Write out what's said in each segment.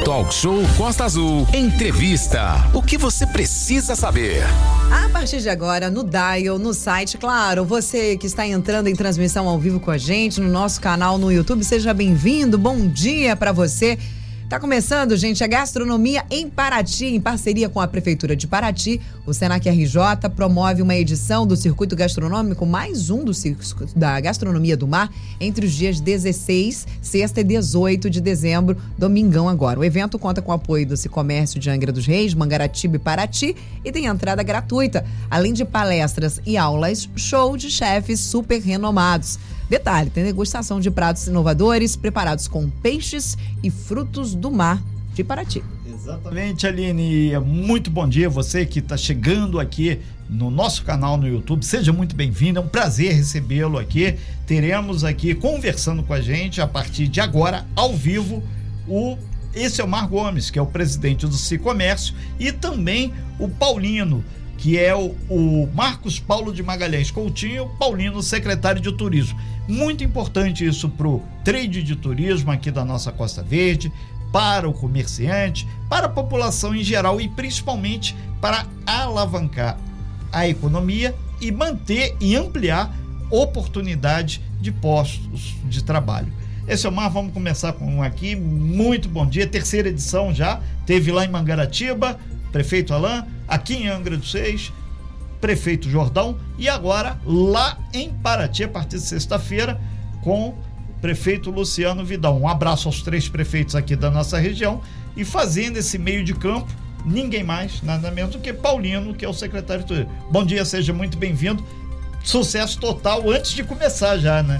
Talk Show Costa Azul. Entrevista. O que você precisa saber? A partir de agora, no Dial, no site, claro, você que está entrando em transmissão ao vivo com a gente, no nosso canal no YouTube, seja bem-vindo, bom dia para você. Tá começando, gente, a Gastronomia em Paraty, em parceria com a Prefeitura de Paraty. O Senac RJ promove uma edição do Circuito Gastronômico, mais um da Gastronomia do Mar, entre os dias 16, sexta e 18 de dezembro, domingão agora. O evento conta com o apoio do Cicomércio de Angra dos Reis, Mangaratiba e Paraty e tem entrada gratuita, além de palestras e aulas, show de chefes super renomados. Detalhe, tem degustação de pratos inovadores preparados com peixes e frutos do mar de Paraty. Exatamente, Aline. Muito bom dia você que está chegando aqui no nosso canal no YouTube. Seja muito bem-vindo, é um prazer recebê-lo aqui. Teremos aqui conversando com a gente a partir de agora, ao vivo, o Elciomar Gomes, que é o presidente do Cicomércio, e também o Paulino, que é o Marcos Paulo de Magalhães Coutinho, Paulino, secretário de Turismo. Muito importante isso para o trade de turismo aqui da nossa Costa Verde, para o comerciante, para a população em geral e principalmente para alavancar a economia e manter e ampliar oportunidade de postos de trabalho. Elciomar, vamos começar com um aqui. Muito bom dia, terceira edição já, teve lá em Mangaratiba, prefeito Alain, aqui em Angra dos Reis, prefeito Jordão, e agora lá em Paraty, a partir de sexta-feira, com o prefeito Luciano Vidal. Um abraço aos três prefeitos aqui da nossa região, e fazendo esse meio de campo, ninguém mais, nada menos do que Paulino, que é o secretário de turismo. Bom dia, seja muito bem-vindo. Sucesso total antes de começar já, né?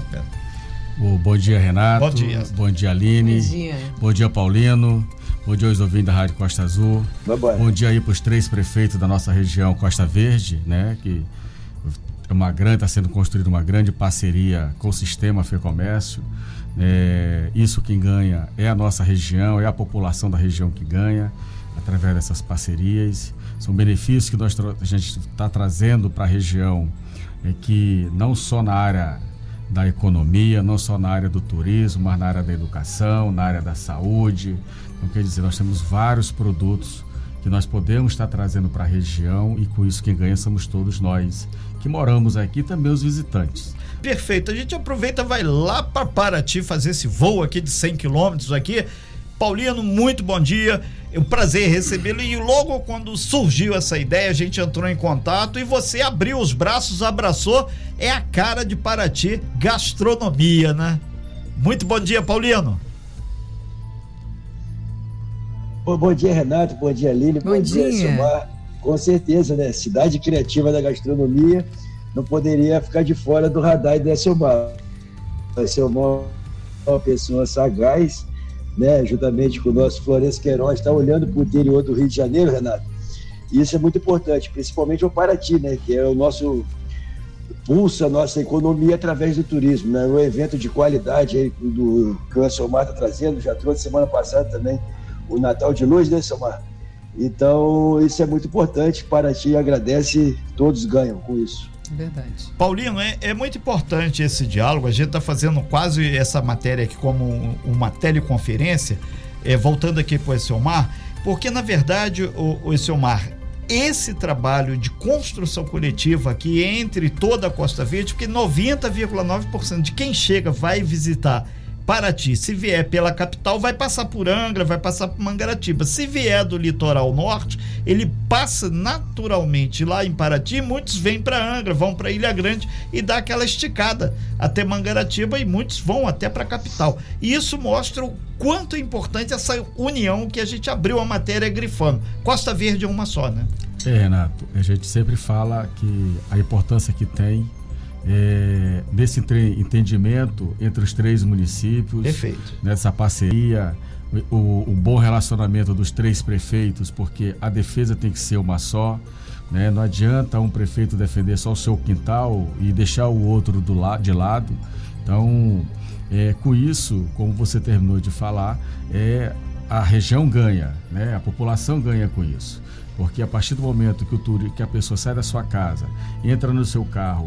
Bom dia, Renato. Bom dia. Bom dia, Aline. Bom dia. Bom dia, Paulino. Bom dia aos ouvintes da Rádio Costa Azul. Bom dia aí para os três prefeitos da nossa região Costa Verde, né? Que está sendo construída uma grande parceria com o Sistema Fecomércio. Isso quem ganha é a nossa região, é a população da região que ganha através dessas parcerias. São benefícios que a gente está trazendo para a região, que não só na área da economia, não só na área do turismo, mas na área da educação, na área da saúde. Então, quer dizer, nós temos vários produtos que nós podemos estar trazendo para a região, e com isso quem ganha somos todos nós que moramos aqui, também os visitantes. Perfeito, a gente aproveita, vai lá para Paraty fazer esse voo aqui de 100 quilômetros aqui. Paulino, muito bom dia, é um prazer recebê-lo, e logo quando surgiu essa ideia a gente entrou em contato e você abriu os braços, abraçou, é a cara de Paraty, gastronomia, né? Muito bom dia, Paulino. Bom dia, Renato, bom dia, Aline, bom dia, Elciomar. Com certeza, né? Cidade criativa da gastronomia não poderia ficar de fora do radar do Elciomar. O Elciomar é uma pessoa sagaz, né? Juntamente com o nosso Florencio Queiroz, está olhando para o interior do Rio de Janeiro, Renato. E isso é muito importante, principalmente o Paraty, né? Que é o nosso pulsa a nossa economia através do turismo, né? Um evento de qualidade aí que o Elciomar está trazendo, já trouxe semana passada também o Natal de Luz, né, Elciomar? Então, isso é muito importante. Paraty agradece, todos ganham com isso. Verdade. Paulino, é muito importante esse diálogo. A gente está fazendo quase essa matéria aqui como uma teleconferência, voltando aqui para o Elciomar, porque, na verdade, o Elciomar, esse trabalho de construção coletiva aqui entre toda a Costa Verde, porque 90,9% de quem chega vai visitar Paraty, se vier pela capital, vai passar por Angra, vai passar por Mangaratiba. Se vier do litoral norte, ele passa naturalmente lá em Paraty. Muitos vêm para Angra, vão para Ilha Grande e dá aquela esticada até Mangaratiba, e muitos vão até para a capital. E isso mostra o quanto é importante essa união que a gente abriu a matéria grifando. Costa Verde é uma só, né? Renato, a gente sempre fala que a importância que tem desse entendimento entre os três municípios. Perfeito. Nessa parceria, o bom relacionamento dos três prefeitos, porque a defesa tem que ser uma só, né? Não adianta um prefeito defender só o seu quintal e deixar o outro de lado. Então, com isso, como você terminou de falar, a região ganha, né? A população ganha com isso, porque a partir do momento que a pessoa sai da sua casa, entra no seu carro,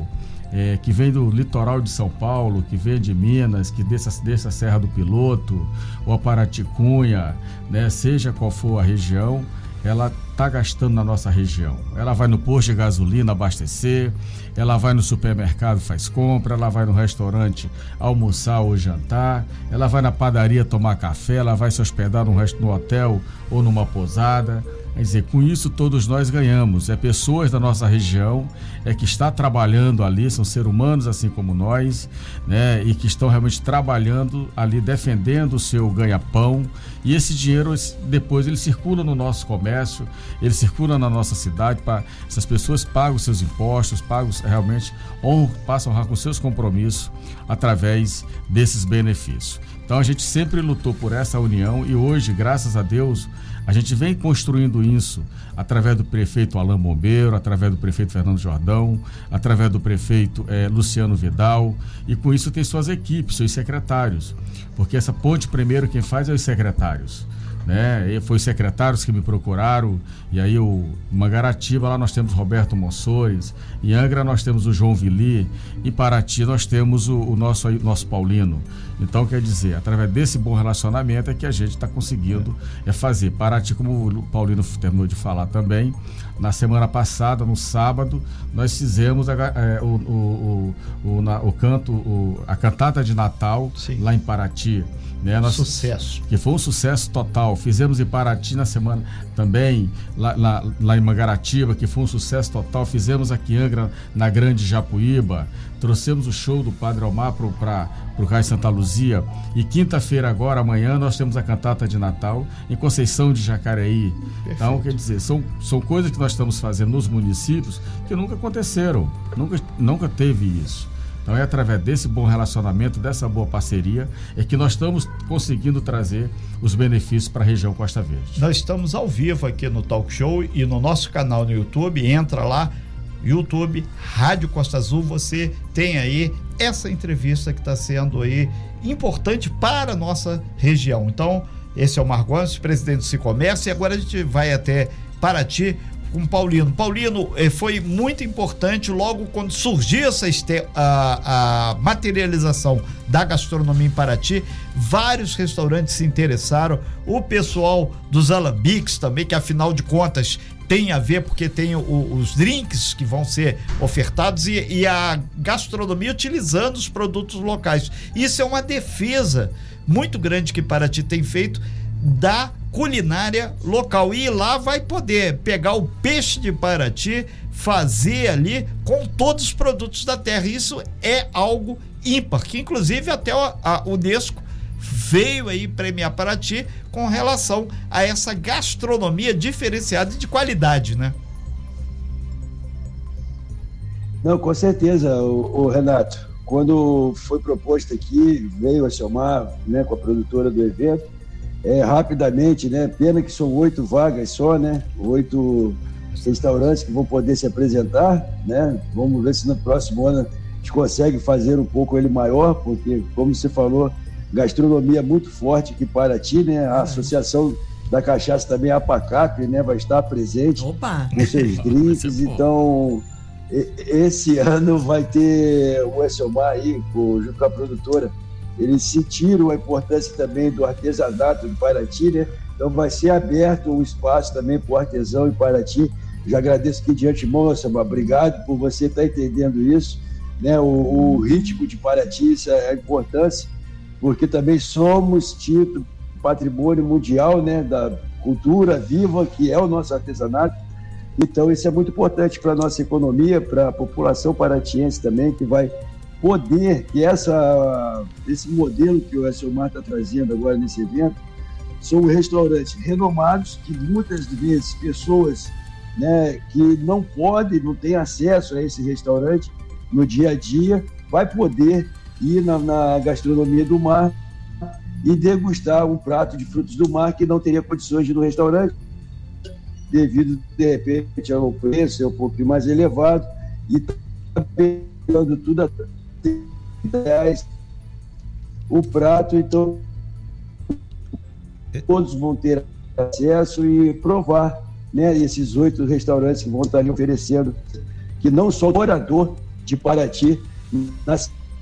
que vem do litoral de São Paulo, que vem de Minas, que desce a Serra do Piloto, ou a Paraticunha, né, seja qual for a região, ela está gastando na nossa região. Ela vai no posto de gasolina abastecer, ela vai no supermercado, faz compra, ela vai no restaurante almoçar ou jantar, ela vai na padaria tomar café, ela vai se hospedar no hotel ou numa pousada. Quer dizer, com isso todos nós ganhamos. Pessoas da nossa região que está trabalhando ali, são seres humanos assim como nós, né, e que estão realmente trabalhando ali, defendendo o seu ganha-pão, e esse dinheiro depois ele circula no nosso comércio, ele circula na nossa cidade, essas pessoas pagam seus impostos, realmente passam a honrar com seus compromissos através desses benefícios. Então a gente sempre lutou por essa união e hoje, graças a Deus, a gente vem construindo isso através do prefeito Alain Bombeiro, através do prefeito Fernando Jordão, através do prefeito Luciano Vidal, e com isso tem suas equipes, seus secretários, porque essa ponte primeiro quem faz é os secretários, né? E foi os secretários que me procuraram, e aí Mangaratiba lá nós temos Roberto Mossores, em Angra nós temos o João Vili, em Paraty nós temos o nosso Paulino. Então, quer dizer, através desse bom relacionamento é que a gente está conseguindo fazer. Paraty, como o Paulino terminou de falar também, na semana passada, no sábado, nós fizemos a cantata de Natal. Sim. Lá em Paraty. Né? Sucesso. Que foi um sucesso total. Fizemos em Paraty na semana também, lá em Mangaratiba, que foi um sucesso total. Fizemos aqui em Angra, na Grande Japuíba. Trouxemos o show do Padre Omar para o Cais Santa Luzia. E quinta-feira agora, amanhã, nós temos a cantata de Natal em Conceição de Jacareí. Perfeito. Então, quer dizer, são coisas que nós estamos fazendo nos municípios que nunca aconteceram. Nunca teve isso. Então é através desse bom relacionamento, dessa boa parceria, que nós estamos conseguindo trazer os benefícios para a região Costa Verde. Nós estamos ao vivo aqui no Talk Show e no nosso canal no YouTube, entra lá, YouTube, Rádio Costa Azul, você tem aí essa entrevista que está sendo aí importante para a nossa região. Então, esse é o Marcondes, presidente do Sicomércio, e agora a gente vai até Paraty com Paulino. Paulino, foi muito importante logo quando surgiu a materialização da gastronomia em Paraty, vários restaurantes se interessaram, o pessoal dos alambiques também, que afinal de contas tem a ver porque tem os drinks que vão ser ofertados e a gastronomia utilizando os produtos locais. Isso é uma defesa muito grande que Paraty tem feito da culinária local, e lá vai poder pegar o peixe de Paraty, fazer ali com todos os produtos da terra. Isso é algo ímpar, que inclusive até a Unesco veio aí premiar Paraty com relação a essa gastronomia diferenciada e de qualidade, né? Não, com certeza, o Renato, quando foi proposto aqui, veio a Selmar, né, com a produtora do evento, rapidamente, né? Pena que são 8 vagas só, né? 8 restaurantes que vão poder se apresentar, né? Vamos ver se no próximo ano a gente consegue fazer um pouco ele maior, porque, como você falou, gastronomia muito forte aqui em Paraty, né? A Associação da Cachaça também, a APACAP, né? Vai estar presente. Opa! Com seus drinks, então esse ano vai ter o Esselmar aí, junto com a produtora. Eles sentiram a importância também do artesanato de Paraty, né? Então vai ser aberto um espaço também para o artesão em Paraty. Já agradeço aqui de antemão, Selmar, obrigado por você estar entendendo isso, né? O ritmo de Paraty, isso é a importância, porque também somos tido patrimônio mundial, né? Da cultura viva, que é o nosso artesanato. Então isso é muito importante para a nossa economia, para a população paratiense também, que vai poder, que esse modelo que o Esselmar está trazendo agora nesse evento, são restaurantes renomados, que muitas vezes pessoas, né, que não podem, não têm acesso a esse restaurante no dia a dia, vai poder ir na gastronomia do mar e degustar um prato de frutos do mar que não teria condições de ir no restaurante, devido, de repente, ao preço ser um pouquinho mais elevado, e também dando tudo a R$30 o prato. Então todos vão ter acesso e provar, né, esses 8 restaurantes que vão estar ali oferecendo, que não só o morador de Paraty. Na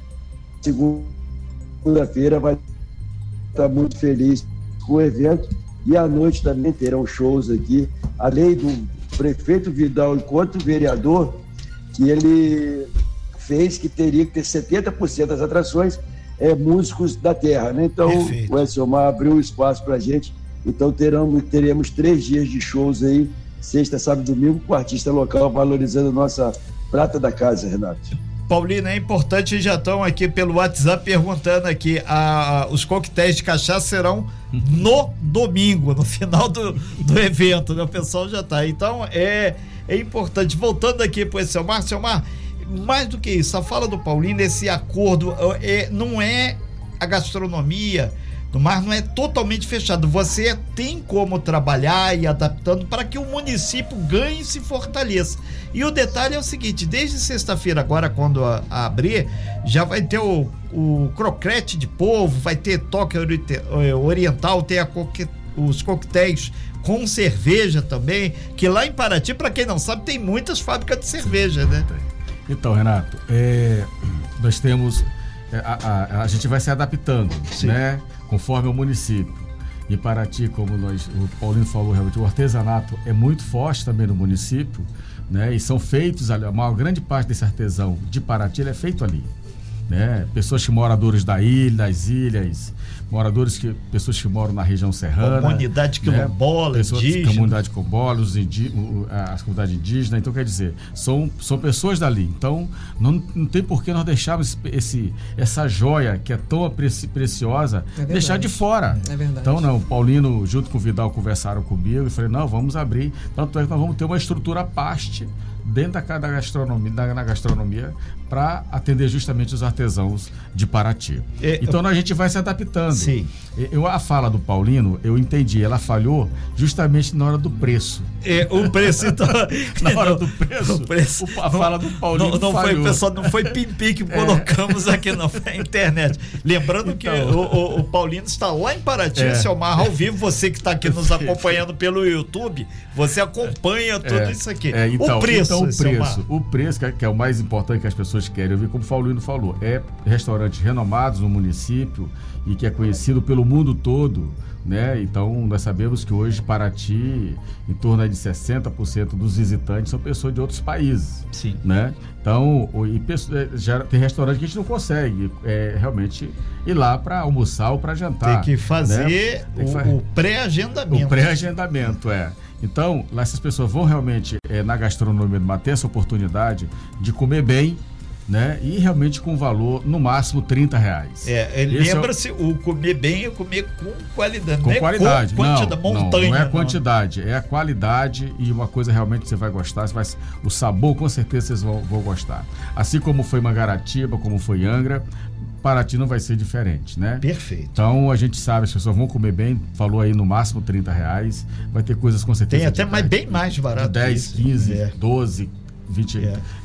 segunda-feira vai estar muito feliz com o evento. E à noite também terão shows aqui, além do prefeito Vidal, enquanto vereador, que ele fez que teria que ter 70% das atrações músicos da terra, né? Então, perfeito. O Elciomar abriu um espaço para a gente. Então, teremos 3 dias de shows aí, sexta, sábado e domingo, com o artista local, valorizando nossa prata da casa, Renato. Paulino, é importante, já estão aqui pelo WhatsApp perguntando aqui, os coquetéis de cachaça serão no domingo, no final do evento, né? O pessoal já está. Então, é importante. Voltando aqui para esse Elciomar, mais do que isso, a fala do Paulino, esse acordo, não é a gastronomia do mar, não é totalmente fechado. Você tem como trabalhar e adaptando para que o município ganhe e se fortaleça. E o detalhe é o seguinte, desde sexta-feira agora, quando abrir, já vai ter o croquete de polvo, vai ter toque oriental, tem os coquetéis com cerveja também, que lá em Paraty, para quem não sabe, tem muitas fábricas de cerveja, né? Então, Renato, nós temos... A gente vai se adaptando, sim, né? Conforme o município. E Paraty, como o Paulino falou, realmente, o artesanato é muito forte também no município, né? E são feitos ali, a maior grande parte desse artesão de Paraty, ele é feito ali, né? Pessoas que moradores das ilhas, pessoas que moram na região serrana, comunidade quilombola, né? Indígena, comunidade quilombola, as comunidades indígenas. Então, quer dizer, são pessoas dali. Então, não tem por que nós deixarmos essa joia que é tão preciosa, deixar de fora. É verdade. Então, não, o Paulino junto com o Vidal conversaram comigo e falei, não, vamos abrir, tanto é que nós vamos ter uma estrutura à parte dentro da gastronomia para atender justamente os artesãos de Paraty. Então a gente vai se adaptando. Sim. A fala do Paulino, eu entendi, ela falhou justamente na hora do preço. O preço, então... na hora do preço, a fala do Paulino não falhou. Foi, pessoal, não foi pimpi que colocamos aqui, não, foi a internet. Lembrando que o Paulino está lá em Paraty, Elciomar, ao vivo, você que está aqui nos acompanhando pelo YouTube, você acompanha tudo isso aqui. Então, o preço, o preço, que é o mais importante que as pessoas querem ouvir, como o Paulino falou, restaurantes renomados no município e que é conhecido pelo mundo todo, né? Então, nós sabemos que hoje Paraty, em torno de 60% dos visitantes são pessoas de outros países. Sim. Né? Então, já tem restaurante que a gente não consegue realmente ir lá para almoçar ou para jantar. Tem que fazer, né? O pré-agendamento. O pré-agendamento, Então, lá essas pessoas vão realmente, na gastronomia, ter essa oportunidade de comer bem, né? E realmente com valor, no máximo, R$30. Lembra-se, o comer bem é comer com qualidade. Com qualidade. Montanha. Não é a quantidade, é a qualidade e uma coisa realmente que você vai gostar. O sabor, com certeza, vocês vão gostar. Assim como foi Mangaratiba, como foi Angra, Paraty não vai ser diferente, né? Perfeito. Então, a gente sabe, as pessoas vão comer bem, falou aí no máximo R$30, vai ter coisas com certeza. Tem até bem mais barato. 10, 15, 12, 20,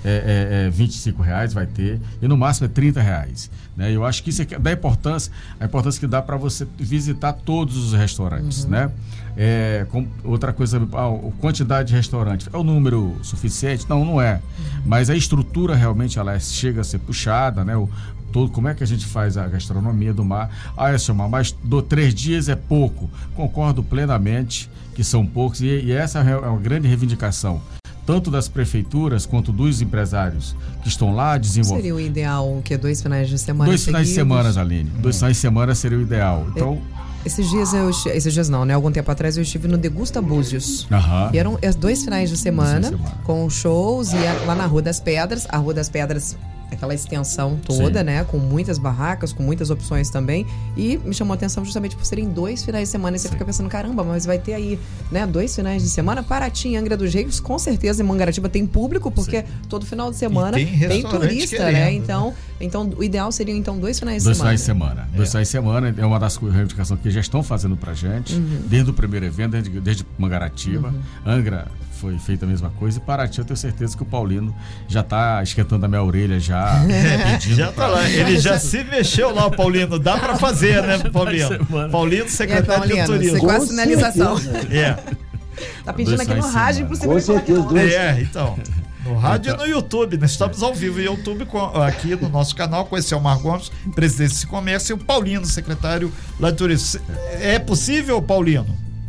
R$25 vai ter, e no máximo R$30, né? Eu acho que isso é a importância que dá para você visitar todos os restaurantes, né? Outra coisa, a quantidade de restaurantes é o número suficiente? Não é, mas a estrutura realmente ela chega a ser puxada, né? Como é que a gente faz a gastronomia do mar? Mas 3 dias é pouco. Concordo plenamente que são poucos, e essa é uma grande reivindicação, tanto das prefeituras quanto dos empresários que estão lá desenvolvendo. Seria o ideal que 2 finais de semana 2 finais de semana, Aline. 2 finais de semana seria o ideal. Então, esses dias não, né? Algum tempo atrás eu estive no Degusta Búzios. E eram 2 finais de semana com shows, e lá na Rua das Pedras. A Rua das Pedras, aquela extensão toda, sim, né? Com muitas barracas, com muitas opções também. E me chamou a atenção justamente por serem 2 finais de semana. E você fica pensando, caramba, mas vai ter aí, né? 2 finais de semana. Paraty e Angra dos Reis, com certeza, em Mangaratiba tem público, porque todo final de semana tem turista, né? Então, o ideal seria, 2 finais de semana. 2 finais de semana. 2 finais de semana é uma das reivindicações que já estão fazendo pra gente, desde o primeiro evento, desde Mangaratiba. Angra foi feita a mesma coisa, e Paraty eu tenho certeza que o Paulino já está esquentando a minha orelha, pedindo. Já tá lá, ele já se mexeu lá, o Paulino, dá para fazer, né, Paulino? Paulino, secretário de turismo. Com a sinalização. É. Tá pedindo aqui no rádio pro você então. No rádio e no YouTube. Nós estamos ao vivo no YouTube, aqui no nosso canal, com esse Elmar Gomes, presidente desse comércio, e o Paulino, secretário lá de turismo. É possível, Paulino?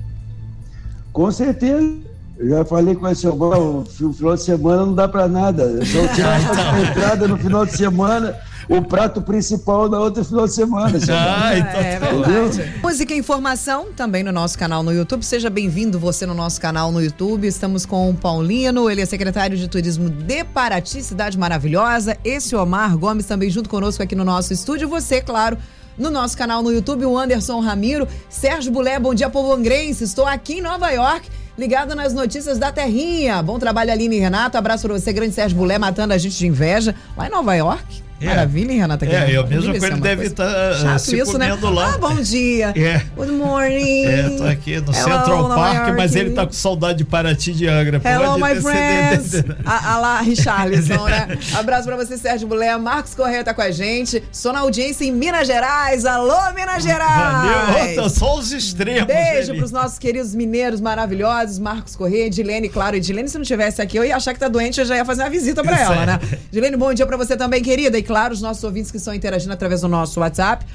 Com certeza. Eu já falei com esse Elmar, o final de semana não dá para nada. Só tirar a entrada no final de semana, o prato principal na outra final de semana. É verdade. Música e informação também no nosso canal no YouTube. Seja bem-vindo você no nosso canal no YouTube. Estamos com o Paulino, ele é secretário de turismo de Paraty, cidade maravilhosa. Esse Omar Gomes também junto conosco aqui no nosso estúdio. Você, claro, no nosso canal no YouTube, o Anderson Ramiro. Sérgio Bulé, bom dia, povo angrense. Estou aqui em Nova York, ligado nas notícias da terrinha. Bom trabalho, Aline e Renato. Abraço pra você, grande Sérgio Bulé, matando a gente de inveja lá em Nova York. Maravilha, hein, Renata? Eu mesmo que ele deve estar se isso, comendo, né? lá. Bom dia. Good morning. Tô aqui no Central Park, mas ele tá com saudade de Paraty de Angra. Hello, my friends. Lá, Richarlison, né? Abraço pra você, Sérgio Bulé. Marcos Correia tá com a gente. Sou na audiência em Minas Gerais. Alô, Minas Gerais. Valeu, só os extremos. Beijo pros nossos queridos mineiros maravilhosos, Marcos Correia, Edilene, claro. Edilene, se não estivesse aqui, eu ia achar que tá doente, eu já ia fazer uma visita pra ela, né? Edilene, bom dia pra você também, querida. E claro, os nossos ouvintes que estão interagindo através do nosso WhatsApp,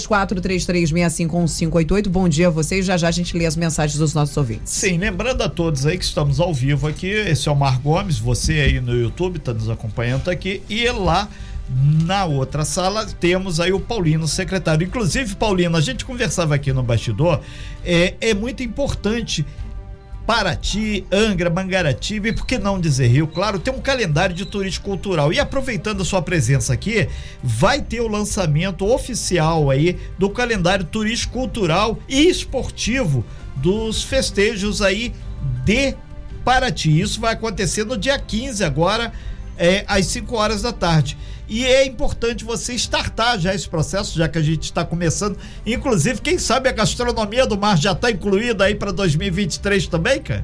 2433651588. Bom dia a vocês. Já a gente lê as mensagens dos nossos ouvintes. Sim, lembrando a todos aí que estamos ao vivo aqui, esse é o Omar Gomes, você aí no YouTube está nos acompanhando aqui, e lá na outra sala temos aí o Paulino, secretário. Inclusive, Paulino, a gente conversava aqui no bastidor, é muito importante Paraty, Angra, Mangaratiba e por que não dizer Rio, claro, tem um calendário de turismo cultural. E aproveitando a sua presença aqui, vai ter o lançamento oficial aí do calendário turístico cultural e esportivo dos festejos aí de Paraty. Isso vai acontecer no dia 15 agora, às 5 horas da tarde. E é importante você startar já esse processo, já que a gente está começando. Inclusive, quem sabe a gastronomia do mar já está incluída aí para 2023 também, cara?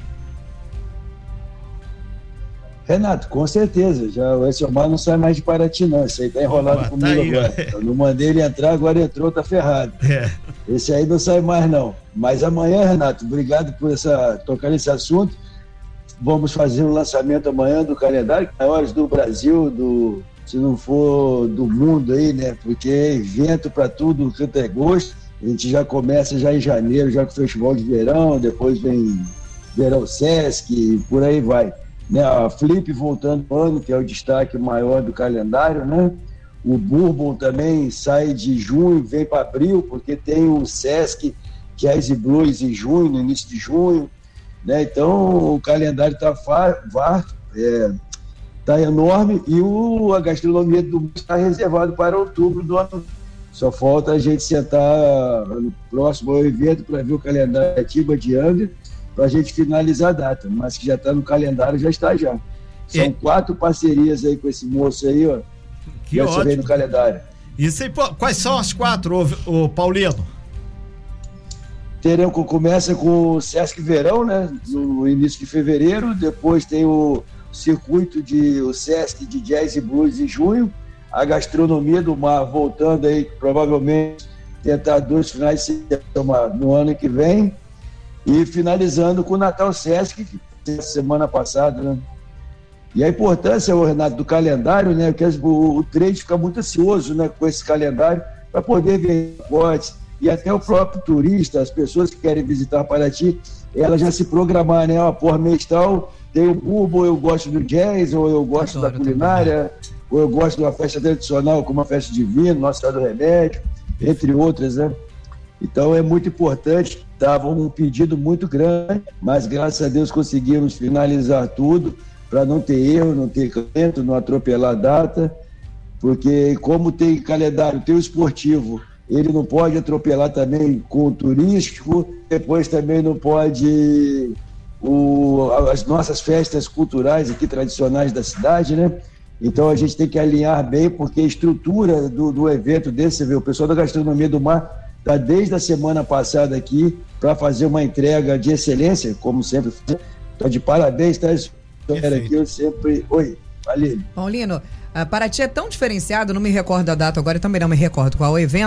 Renato, com certeza. Já o Elmar não sai mais de Paraty, não. Esse aí tá enrolado comigo aí, agora. Eu não mandei ele entrar, agora entrou, tá ferrado. Esse aí não sai mais, não. Mas amanhã, Renato, obrigado por tocar nesse assunto. Vamos fazer o lançamento amanhã do calendário maiores do Brasil, se não for do mundo aí, né? Porque é evento para tudo, quanto é gosto. A gente já começa já em janeiro, já com o Festival de Verão, depois vem Verão Sesc e por aí vai. Né? A Flip voltando no ano, que é o destaque maior do calendário, né? O Bourbon também sai de junho, vem para abril, porque tem o Sesc, Jazz e Blues em junho, no início de junho. Né? Então o calendário está tá enorme e a gastronomia do está reservado para outubro do ano. Só falta a gente sentar no próximo evento para ver o calendário ativa de Angra, para a gente finalizar a data, mas que já está no calendário, já está já. São 4 parcerias aí com esse moço aí, ó. Que ótimo. Vem no calendário. Isso aí, quais são as 4, o Paulino? Começa com o Sesc Verão, né? No início de fevereiro, depois tem o circuito o Sesc de Jazz e Blues em junho, a gastronomia do mar voltando aí, provavelmente tentar 2 finais de semana no ano que vem, e finalizando com o Natal Sesc, que foi semana passada, né? E a importância, Renato, do calendário, né? Porque o trade fica muito ansioso, né, com esse calendário, para poder ver pacotes, e até o próprio turista, as pessoas que querem visitar Paraty, elas já se programar, né? Por mês tal, tem o Bourbon, eu gosto do jazz, ou eu gosto da culinária, ou eu gosto de uma festa tradicional, como a festa de vinho, Nossa Senhora do Remédio, entre outras, né? Então é muito importante, estava um pedido muito grande, mas graças a Deus conseguimos finalizar tudo, para não ter erro, não ter canto, não atropelar a data, porque como tem calendário, tem o esportivo, ele não pode atropelar também com o turístico, depois também não pode as nossas festas culturais aqui tradicionais da cidade, né? Então a gente tem que alinhar bem, porque a estrutura do evento desse, você vê, o pessoal da gastronomia do mar está desde a semana passada aqui para fazer uma entrega de excelência, como sempre. Então de parabéns, tá? Aqui eu sempre... Oi, Aline. Paulino, Paraty é tão diferenciado, não me recordo a data agora, eu também não me recordo qual é o evento.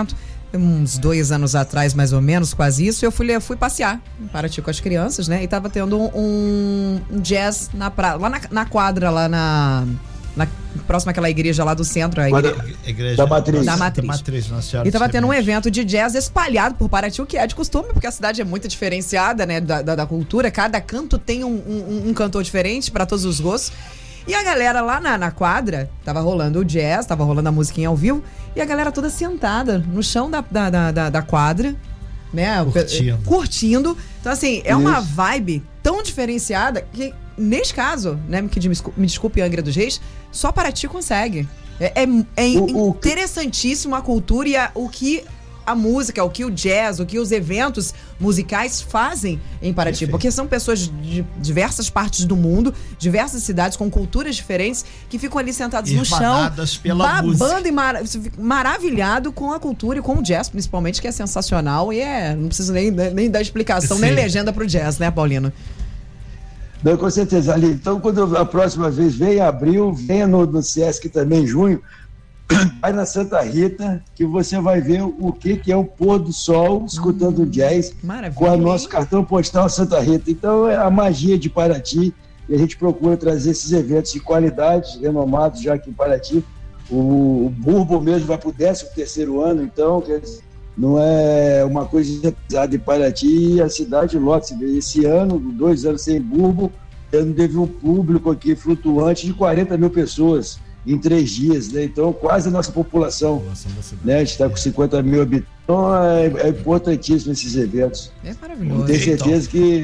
uns 2 anos atrás, mais ou menos, quase isso, eu fui passear em Paraty com as crianças, né? E tava tendo um jazz lá na quadra, lá na próxima àquela igreja lá do centro, a igreja da Matriz. Da Matriz. E tava tendo um evento de jazz espalhado por Paraty, o que é de costume, porque a cidade é muito diferenciada, né, da cultura. Cada canto tem um cantor diferente para todos os gostos. E a galera lá na quadra, tava rolando o jazz, tava rolando a musiquinha ao vivo, e a galera toda sentada no chão da quadra, né? Curtindo. Então, assim, é uma vibe tão diferenciada que, neste caso, né, me desculpe, Angra dos Reis, só Paraty consegue. É interessantíssimo a cultura e o que a música, o que o jazz, o que os eventos musicais fazem em Paraty. Perfeito. Porque são pessoas de diversas partes do mundo, diversas cidades com culturas diferentes, que ficam ali sentados no chão, babando e maravilhado com a cultura e com o jazz, principalmente, que é sensacional e não preciso nem dar explicação, nem legenda pro jazz, né, Paulino? Não, com certeza, Ali. Então, quando a próxima vez vem em abril, venha no Sesc também em junho, vai na Santa Rita, que você vai ver o que é o pôr do sol, escutando jazz, com o nosso cartão postal Santa Rita. Então, é a magia de Paraty, e a gente procura trazer esses eventos de qualidade, renomados já aqui em Paraty. O Burbo mesmo vai para o 13º ano, então não é uma coisa pesada em Paraty, a cidade lota. Esse ano, 2 anos sem Burbo, teve um público aqui flutuante de 40 mil pessoas em 3 dias, né? Então quase a nossa população, né? A gente está com 50 mil habitantes, então é importantíssimo esses eventos. É maravilhoso. Tenho certeza que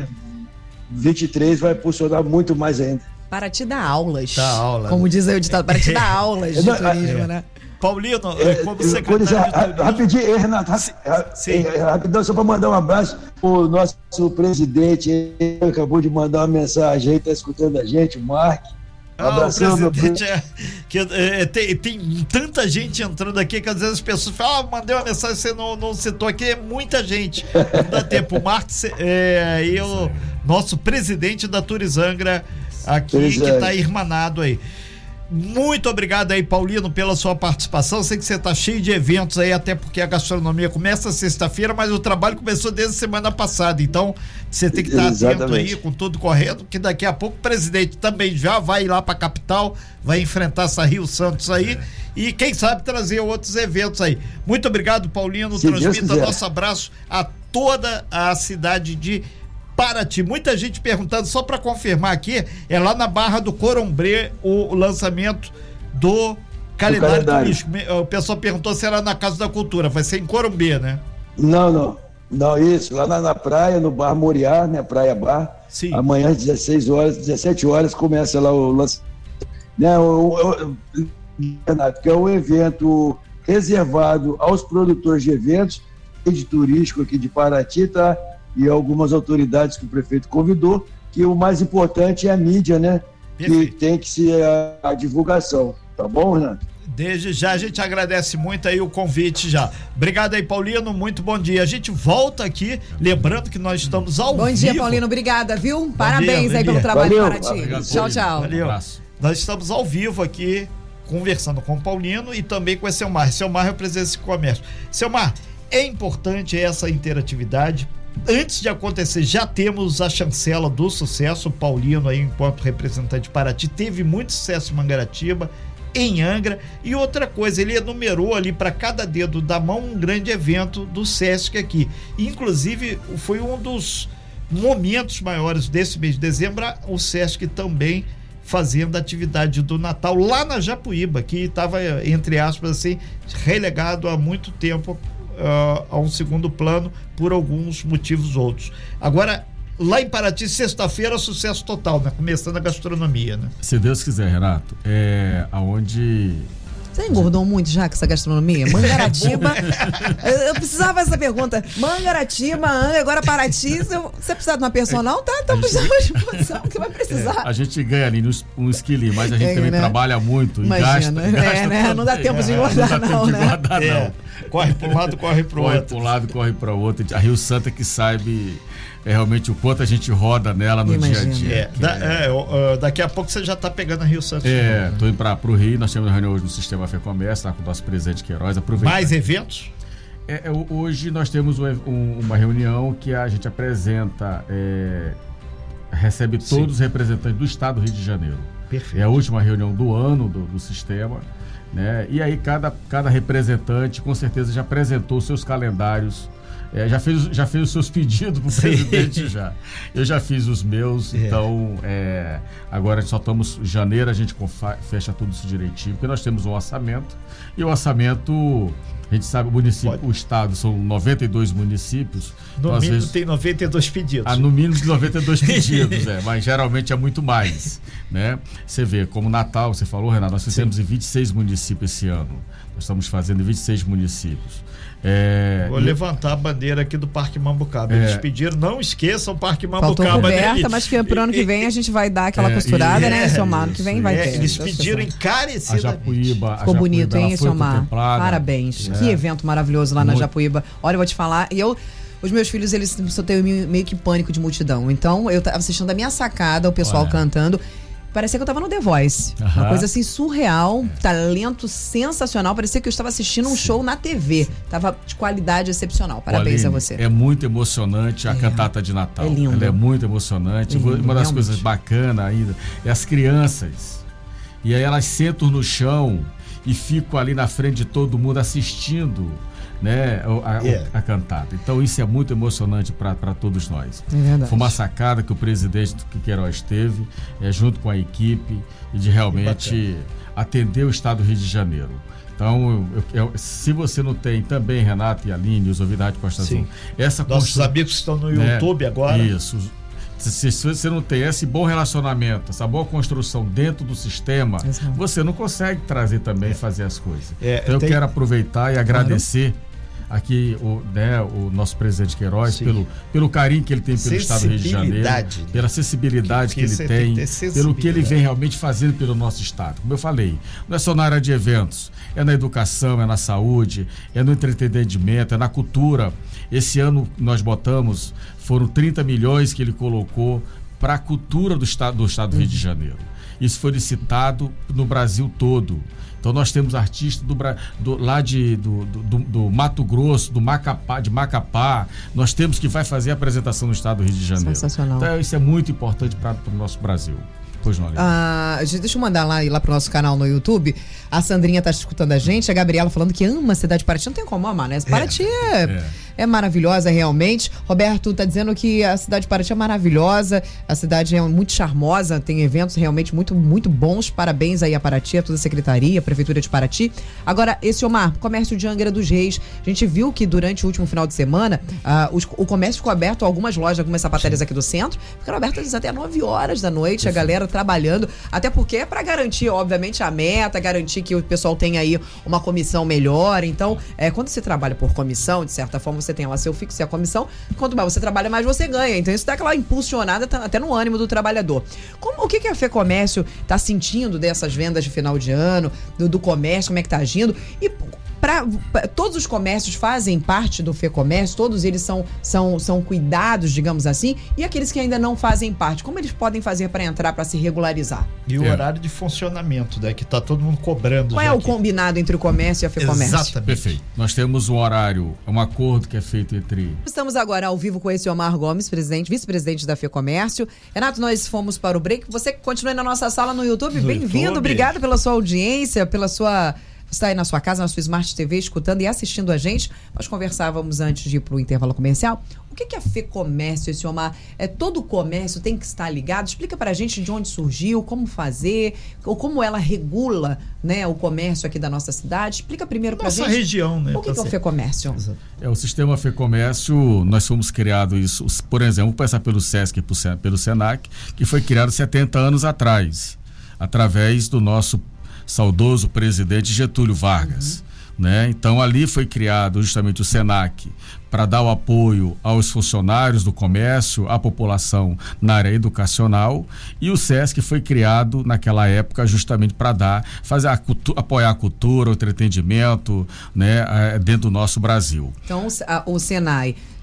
23 vai funcionar muito mais ainda. Paraty dá aulas. Como diz aí o ditado, Paraty dá aulas de turismo, né? Paulino, como secretário de turismo... Rapidinho, Renato, rapidão, só para mandar um abraço pro nosso presidente, ele acabou de mandar uma mensagem aí, tá escutando a gente, o Mark. O presidente tem tanta gente entrando aqui que às vezes as pessoas falam, mandei uma mensagem, você não citou aqui, é muita gente, não dá tempo. O Marcos o nosso presidente da Turizangra aqui, que está irmanado aí. Muito obrigado aí, Paulino, pela sua participação. Sei que você tá cheio de eventos aí, até porque a gastronomia começa sexta-feira, mas o trabalho começou desde semana passada, então você tem que estar atento aí, com tudo correto, que daqui a pouco o presidente também já vai lá pra capital, vai enfrentar essa Rio Santos aí, e quem sabe trazer outros eventos aí. Muito obrigado, Paulino, transmita nosso abraço a toda a cidade de Paraty. Muita gente perguntando, só para confirmar aqui, é lá na Barra do Corombré o lançamento do calendário turístico. O pessoal perguntou se era na Casa da Cultura, vai ser em Corombré, né? Não, isso, lá na praia, no Bar Moriá, né, Praia Bar. Sim. Amanhã às 17 horas começa lá o lançamento, né, que é um evento reservado aos produtores de eventos e de turístico aqui de Paraty, tá? E algumas autoridades que o prefeito convidou, que o mais importante é a mídia, né? Perfeito. Que tem que ser a divulgação. Tá bom, Renato? Desde já a gente agradece muito aí o convite já. Obrigado aí, Paulino, muito bom dia. A gente volta aqui, lembrando que nós estamos ao vivo. Bom dia, Paulino, obrigada, viu? Parabéns aí pelo trabalho para ti. Tchau, tchau. Valeu. Nós estamos ao vivo aqui, conversando com o Paulino e também com o Selmar. Selmar é o presidente do comércio. Selmar, é importante essa interatividade. Antes de acontecer, já temos a chancela do sucesso, o Paulino aí, enquanto representante de Paraty, teve muito sucesso em Mangaratiba, em Angra, e outra coisa, ele enumerou ali para cada dedo da mão um grande evento do Sesc aqui, inclusive foi um dos momentos maiores desse mês de dezembro, o Sesc também fazendo a atividade do Natal lá na Japuíba, que estava, entre aspas assim, relegado há muito tempo a um segundo plano por alguns motivos outros. Agora, lá em Paraty, sexta-feira, sucesso total, né? Começando a gastronomia, né? Se Deus quiser, Renato, aonde... Você engordou muito já com essa gastronomia? Mangaratiba, eu precisava dessa pergunta. Mangaratiba, agora Paraty, se você precisar de uma personal, tá precisando de posição que vai precisar. A gente ganha ali uns quilinhos, mas a gente também trabalha muito. Imagina, e gasta né? Não dá tempo de engordar, não. Corre para um lado, corre para o outro. Corre para um lado, corre para o outro. A Rio Santa que sabe realmente o quanto a gente roda nela no dia a dia. Daqui a pouco você já está pegando a Rio Santa. Estou indo para o Rio, nós tivemos uma reunião hoje no Sistema Fê Comércio, lá com o nosso presidente Queiroz. Mais eventos? Hoje nós temos uma reunião que a gente apresenta, recebe todos os representantes do Estado do Rio de Janeiro. Perfeito. É a última reunião do ano do sistema, né? E aí cada representante com certeza já apresentou seus calendários, já fez os seus pedidos para o presidente já. Eu já fiz os meus, então agora só estamos em janeiro, a gente fecha tudo isso direitinho, porque nós temos um orçamento, e o orçamento, a gente sabe, o estado são 92 municípios. No então, mínimo tem 92 pedidos. No mínimo de 92 pedidos, mas geralmente é muito mais, né? Você vê, como Natal, você falou, Renato, nós fizemos em 26 municípios esse ano. Nós estamos fazendo em 26 municípios. Vou levantar a bandeira aqui do Parque Mambucaba. Eles pediram, não esqueçam o Parque Mambucaba. Faltou coberta, mas que pro ano que vem a gente vai dar aquela costurada, né, seu Mar? Ano que vem vai ter. Eles pediram encarecidamente. A Japuíba. Ficou bonito, hein, seu Mar? Parabéns. Que evento maravilhoso lá na Japuíba. Olha, eu vou te falar, os meus filhos, eles têm meio que pânico de multidão. Então, eu tava assistindo da minha sacada, o pessoal cantando. Parecia que eu tava no The Voice. Uma coisa assim surreal, talento sensacional. Parecia que eu estava assistindo um show na TV. Tava de qualidade excepcional. Parabéns a você. É muito emocionante a cantata de Natal. É lindo. Ela é muito emocionante. Uma das coisas bacanas ainda é as crianças. E aí elas sentam no chão e ficam ali na frente de todo mundo assistindo, né, a cantata. Então isso é muito emocionante para todos nós. Foi uma sacada que o presidente Queiroz teve, junto com a equipe, e de realmente atender o estado do Rio de Janeiro. Então, se você não tem também, Renato e Aline, os ouvintes da Rádio Costa Azul, nossos amigos estão no YouTube agora. Isso. Se você não tem esse bom relacionamento, essa boa construção dentro do sistema, você não consegue trazer também e fazer as coisas. Então eu quero aproveitar e agradecer aqui o nosso presidente Queiroz pelo carinho que ele tem pelo Estado do Rio de Janeiro, pela acessibilidade que ele tem, pelo que ele vem realmente fazendo pelo nosso Estado. Como eu falei, não é só na área de eventos, é na educação, é na saúde, é no entretenimento, é na cultura. Esse ano nós foram 30 milhões que ele colocou para a cultura do Estado do Rio de Janeiro. Isso foi licitado no Brasil todo. Então nós temos artistas do Mato Grosso, de Macapá, nós temos que vai fazer a apresentação no Estado do Rio de Janeiro. Sensacional. Então isso é muito importante para o nosso Brasil. Pois não, deixa eu mandar lá pro nosso canal no YouTube. A Sandrinha tá escutando a gente, a Gabriela falando que ama a cidade de Paraty. Não tem como amar, né? Paraty é maravilhosa, realmente. Roberto tá dizendo que a cidade de Paraty é maravilhosa, a cidade é muito charmosa, tem eventos realmente muito, muito bons. Parabéns aí a Paraty, a toda a secretaria, a Prefeitura de Paraty. Agora, Omar, comércio de Angra dos Reis. A gente viu que durante o último final de semana, o comércio ficou aberto, algumas lojas, algumas sapatérias aqui do centro, ficaram abertas até 9 horas da noite, a galera trabalhando, até porque é para garantir, obviamente, a meta, garantir que o pessoal tenha aí uma comissão melhor. Então, quando você trabalha por comissão, de certa forma, você tem lá seu fixo e a comissão, quanto mais você trabalha, mais você ganha. Então, isso dá aquela impulsionada até no ânimo do trabalhador. O que a FEComércio está sentindo dessas vendas de final de ano, do comércio, como é que está agindo? E todos os comércios fazem parte do FEComércio, todos eles são cuidados, digamos assim, e aqueles que ainda não fazem parte, como eles podem fazer para entrar, para se regularizar? E o horário de funcionamento, né, que está todo mundo cobrando. Qual é o combinado entre o comércio e a FEComércio? Exatamente. Perfeito. Nós temos um horário, um acordo que é feito entre... Estamos agora ao vivo com esse Omar Gomes, vice-presidente da FEComércio. Renato, nós fomos para o break. Você continua aí na nossa sala no YouTube. Bem-vindo, obrigado pela sua audiência, pela sua... Você está aí na sua casa, na sua Smart TV, escutando e assistindo a gente. Nós conversávamos antes de ir para o intervalo comercial. O que é a FEComércio, esse Omar? Todo o comércio tem que estar ligado? Explica para a gente de onde surgiu, como fazer, ou como ela regula, né, o comércio aqui da nossa cidade. Explica primeiro para a gente. Nossa região, né? O que é o FEComércio? Exato. O sistema FEComércio, nós fomos criados isso, por exemplo, vamos pensar pelo SESC e pelo SENAC, que foi criado 70 anos atrás, através do nosso saudoso presidente Getúlio Vargas, né? Então ali foi criado justamente o SENAC para dar o apoio aos funcionários do comércio, à população na área educacional, e o SESC foi criado naquela época justamente para apoiar a cultura, o entretenimento, né, dentro do nosso Brasil. Então o SENAI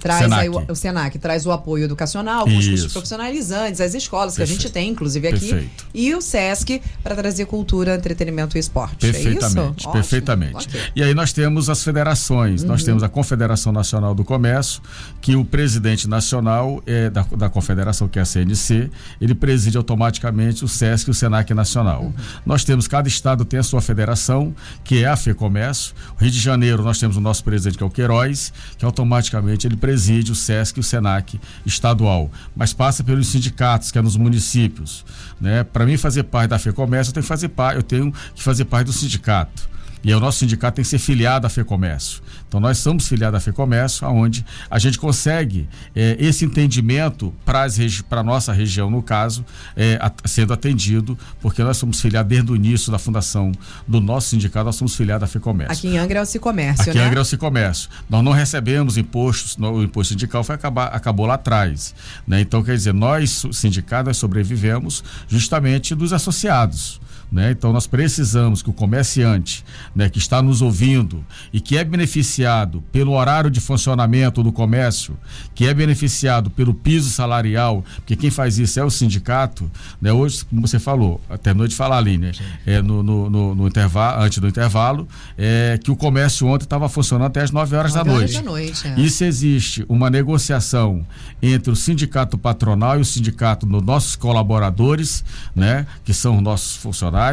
Traz aí o Senac traz o apoio educacional, com os cursos profissionalizantes, as escolas que a gente tem, inclusive aqui, e o SESC para trazer cultura, entretenimento e esporte. Perfeitamente, perfeitamente. Okay. E aí nós temos as federações, nós temos a Confederação Nacional do Comércio, que o presidente nacional da confederação, que é a CNC, ele preside automaticamente o SESC e o Senac Nacional. Nós temos, cada estado tem a sua federação, que é a FEComércio. O Rio de Janeiro, nós temos o nosso presidente, que é o Queiroz, que automaticamente ele preside o SESC e o Senac estadual, mas passa pelos sindicatos, que é nos municípios, né? Para mim fazer parte da FEComércio, eu tenho que fazer parte do sindicato. E o nosso sindicato tem que ser filiado à FEComércio. Então nós somos filiados à FEComércio, onde a gente consegue esse entendimento para a nossa região, no caso, sendo atendido, porque nós somos filiados desde o início da fundação do nosso sindicato, nós somos filiados à FEComércio. Aqui em Angra é o Sicomércio, Aqui em Angra é o Sicomércio. Nós não recebemos impostos, o imposto sindical acabou lá atrás, né? Então, quer dizer, nós, sindicatos, nós sobrevivemos justamente dos associados. Né? Então nós precisamos que o comerciante, né, que está nos ouvindo e que é beneficiado pelo horário de funcionamento do comércio, que é beneficiado pelo piso salarial, porque quem faz isso é o sindicato, né? Hoje, como você falou, terminou de falar ali, né? No intervalo, antes do intervalo, que o comércio ontem estava funcionando até as 9 horas da noite. Isso existe uma negociação entre o sindicato patronal e o sindicato dos nossos colaboradores, né, que são os nossos funcionários.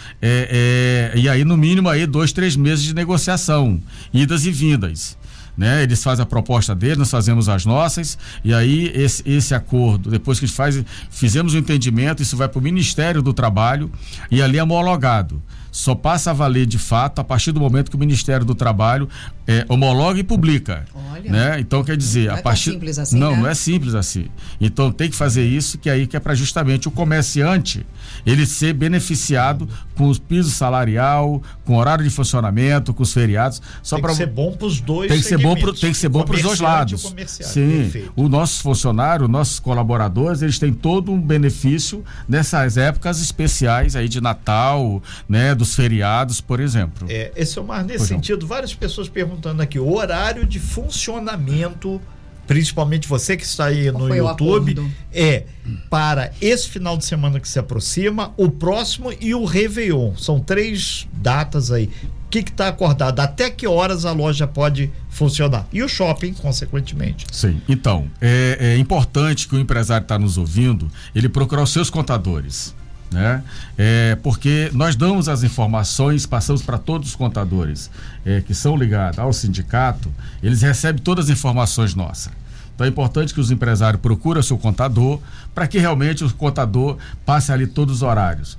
E aí no mínimo aí 2-3 meses de negociação, idas e vindas, né? Eles fazem a proposta deles, nós fazemos as nossas, e aí esse acordo, depois que a gente fizemos o entendimento, isso vai para o Ministério do Trabalho e ali é homologado. Só passa a valer de fato a partir do momento que o Ministério do Trabalho homologa e publica. Olha, né? Então quer dizer, não é tão simples assim, não, né? Não é simples assim. Então tem que fazer isso, que é para justamente o comerciante ele ser beneficiado com o piso salarial, com horário de funcionamento, com os feriados. Tem que ser bom para os dois. Tem que ser bom para os dois lados. Sim. Os nossos funcionários, nossos colaboradores, eles têm todo um benefício nessas épocas especiais aí de Natal, né? Dos feriados, por exemplo. Mas nesse sentido, várias pessoas perguntando aqui, o horário de funcionamento, principalmente você que está aí no YouTube, para esse final de semana que se aproxima, o próximo e o Réveillon. São 3 datas aí. O que está acordado? Até que horas a loja pode funcionar? E o shopping, consequentemente. Sim, então, é importante que o empresário está nos ouvindo, ele procurar os seus contadores. Né? Porque nós damos as informações, passamos para todos os contadores que são ligados ao sindicato, eles recebem todas as informações nossas. Então é importante que os empresários procurem o seu contador para que realmente o contador passe ali todos os horários.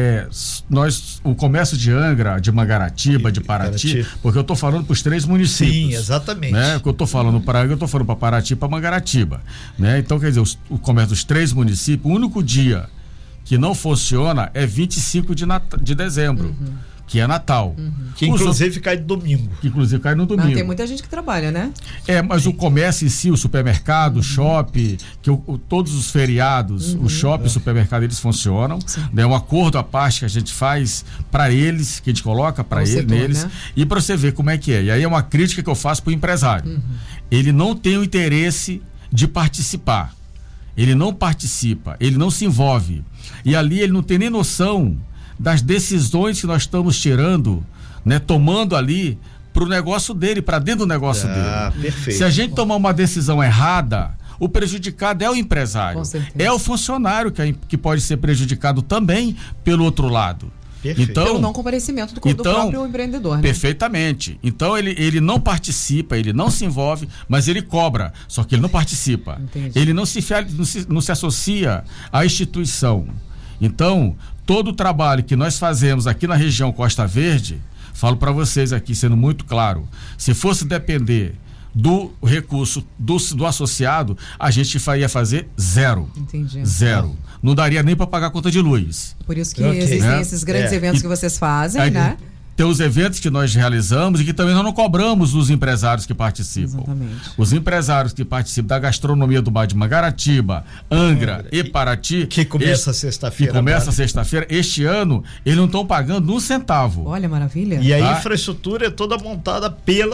O comércio de Angra, de Mangaratiba, de Paraty, porque eu estou falando para os 3 municípios. Sim, exatamente. Né? Que eu estou falando para Angra, eu estou falando para Paraty e para Mangaratiba. Né? Então, quer dizer, o comércio dos 3 municípios, o único dia que não funciona é 25 de dezembro, que é Natal. Que inclusive cai no domingo. Não, tem muita gente que trabalha, né? Mas o comércio em si, o supermercado, o shopping, todos os feriados, o shopping e o supermercado, eles funcionam. É um acordo à parte que a gente faz para eles, que a gente coloca para eles, né? E para você ver como é que é. E aí é uma crítica que eu faço para o empresário. Ele não tem o interesse de participar. Ele não participa, ele não se envolve. E ali ele não tem nem noção das decisões que nós estamos tirando, né, tomando ali para o negócio dele, para dentro do negócio dele. Perfeito. Se a gente tomar uma decisão errada, o prejudicado é o empresário. É o funcionário que pode ser prejudicado também pelo outro lado. Perfeito. Então, pelo não comparecimento do próprio empreendedor, né? Perfeitamente. Então ele não participa, ele não se envolve, mas ele cobra, só que ele não participa. Entendi. Ele não se associa à instituição. Então, todo o trabalho que nós fazemos aqui na região Costa Verde, falo para vocês aqui, sendo muito claro, se fosse depender do recurso do associado, a gente ia fazer 0. Entendi. 0. Não daria nem para pagar a conta de luz. Por isso que existem esses grandes eventos que vocês fazem, né? Tem os eventos que nós realizamos e que também nós não cobramos dos empresários que participam. Exatamente. Os empresários que participam da gastronomia do Bar de Mangaratiba, Angra e Paraty, que começa sexta-feira, este ano, eles não estão pagando um centavo. Olha, maravilha. E a infraestrutura é toda montada pela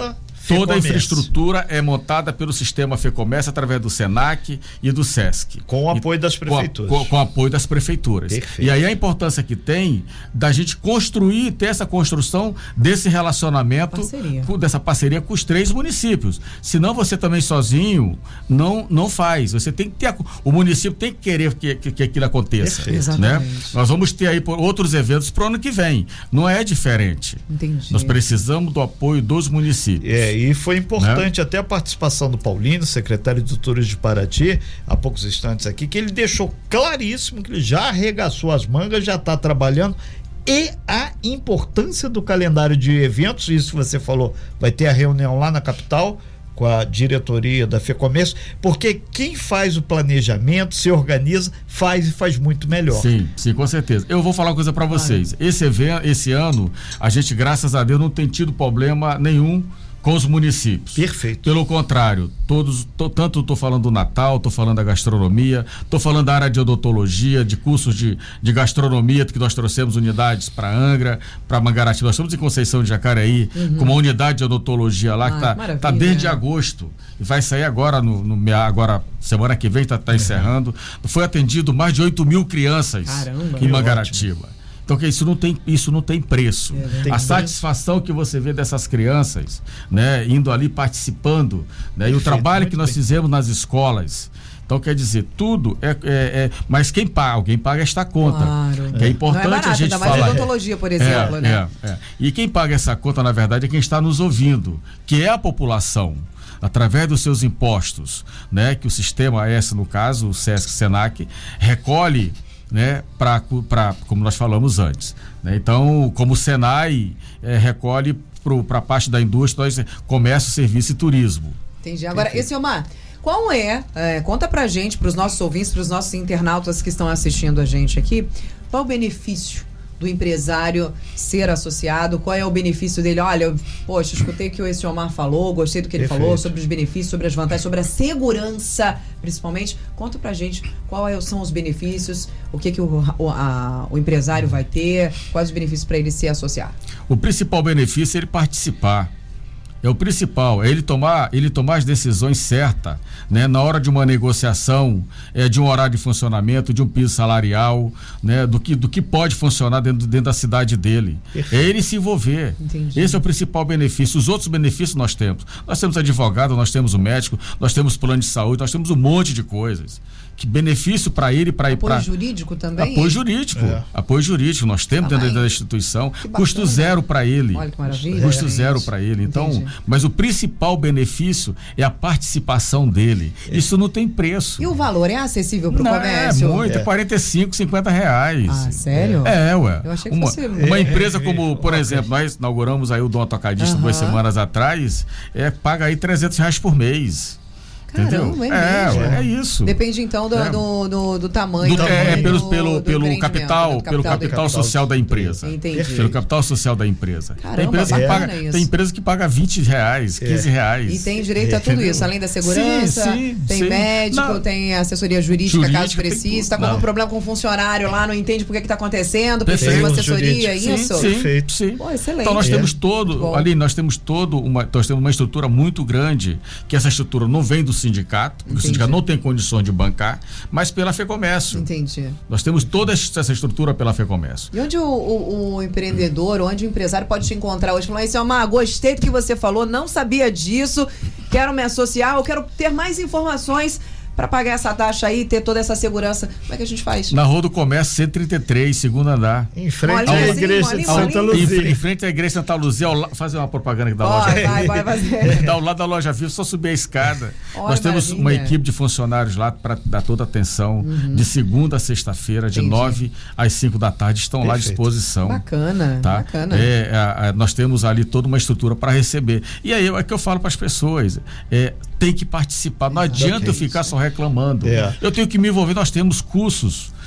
Toda a infraestrutura é montada pelo sistema FEComércio através do SENAC e do SESC. Com o apoio das prefeituras. Com o apoio das prefeituras. Perfeito. E aí a importância que tem da gente construir, ter essa construção desse relacionamento, dessa parceria com os 3 municípios. Senão você também sozinho não faz. Você tem que ter, o município tem que querer que aquilo aconteça. Né? Nós vamos ter aí outros eventos para o ano que vem. Não é diferente. Entendi. Nós precisamos do apoio dos municípios. E foi importante até a participação do Paulino, secretário de Turismo de Paraty, há poucos instantes aqui, que ele deixou claríssimo que ele já arregaçou as mangas, já está trabalhando, e a importância do calendário de eventos, isso que você falou, vai ter a reunião lá na capital com a diretoria da FEComércio, porque quem faz o planejamento, se organiza, faz muito melhor. Sim, com certeza. Eu vou falar uma coisa para vocês. Esse ano, a gente, graças a Deus, não tem tido problema nenhum com os municípios. Perfeito. Pelo contrário, tanto estou falando do Natal, estou falando da gastronomia, estou falando da área de odontologia, de cursos de gastronomia, que nós trouxemos unidades para Angra, para Mangaratiba. Nós estamos em Conceição de Jacareí, com uma unidade de odontologia lá, que está desde agosto. E vai sair agora, agora semana que vem, está encerrando. Foi atendido mais de 8.000 crianças em Mangaratiba. Então, que isso não tem preço. A satisfação que você vê dessas crianças, né, indo ali participando, né, e o trabalho que nós fizemos nas escolas. Então, quer dizer, tudo mas quem paga? Alguém paga esta conta. Claro. Que é importante, não é barato, a gente falar. Ainda mais de odontologia, por exemplo, né? E quem paga essa conta, na verdade, é quem está nos ouvindo, que é a população, através dos seus impostos, né, que o sistema S, no caso, o SESC, SENAC, recolhe, né, como nós falamos antes, né? Então, como o Senai recolhe para a parte da indústria, comércio, serviço e turismo. Entendi. Agora, Esiomar, qual conta pra gente, pros nossos ouvintes, pros nossos internautas que estão assistindo a gente aqui, qual o benefício do empresário ser associado? Qual é o benefício dele? Olha, poxa, escutei que o Esiomar falou, gostei do que ele falou sobre os benefícios, sobre as vantagens, sobre a segurança, principalmente. Conta pra gente quais são os benefícios, o que o empresário vai ter, quais os benefícios para ele se associar. O principal benefício é ele participar. É o principal, é ele tomar as decisões certas, né, na hora de uma negociação, de um horário de funcionamento, de um piso salarial, né, do que pode funcionar dentro da cidade dele. É ele se envolver. Entendi. Esse é o principal benefício. Os outros benefícios nós temos. Nós temos advogado, nós temos o médico, nós temos plano de saúde, nós temos um monte de coisas. Que benefício para ele, para ir para. Apoio jurídico também? Apoio jurídico. Apoio jurídico. Nós temos dentro da instituição. Custo zero para ele. Olha que maravilha. Custo zero para ele. Então, mas o principal benefício é a participação dele. Isso não tem preço. E o valor é acessível para o comércio? É muito, R$45, R$50. Ah, sério? Ué. Eu achei que fosse... Uma empresa como, por exemplo, nós inauguramos aí o Dom Atacadista 2 semanas atrás, paga aí R$300 por mês. Caramba, é isso. Depende então do tamanho. Pelo capital social da empresa. Entendi. Pelo capital social da empresa. Caramba, tem empresa que paga R$20, R$15. E tem direito a tudo isso, além da segurança, tem médico, tem assessoria jurídica caso precise. Está com algum problema com um funcionário lá, não entende por que está acontecendo, precisa de uma assessoria, isso? Sim. Pô, excelente. Então nós temos uma estrutura muito grande, que essa estrutura não vem do sindicato, porque o sindicato não tem condições de bancar, mas pela FEComércio. Entendi. Nós temos toda essa estrutura pela FEComércio. E onde o empreendedor, onde o empresário pode te encontrar hoje? Falando, Esiomar, gostei do que você falou, não sabia disso, quero me associar, eu quero ter mais informações para pagar essa taxa aí e ter toda essa segurança. Como é que a gente faz? Na Rua do Comércio, 133, segundo andar. Em frente à Igreja de Santa Luzia. Em frente à Igreja de Santa Luzia, fazer uma propaganda aqui da loja. Vai fazer. Ao lado da Loja Viva, só subir a escada. Nós temos uma equipe de funcionários lá para dar toda a atenção. De segunda a sexta-feira, de 9 às 5 da tarde, estão lá à disposição. Bacana, tá? Bacana. Nós temos ali toda uma estrutura para receber. E aí é que eu falo para as pessoas, tem que participar. Não adianta eu ficar só reclamando. Eu tenho que me envolver. Nós temos cursos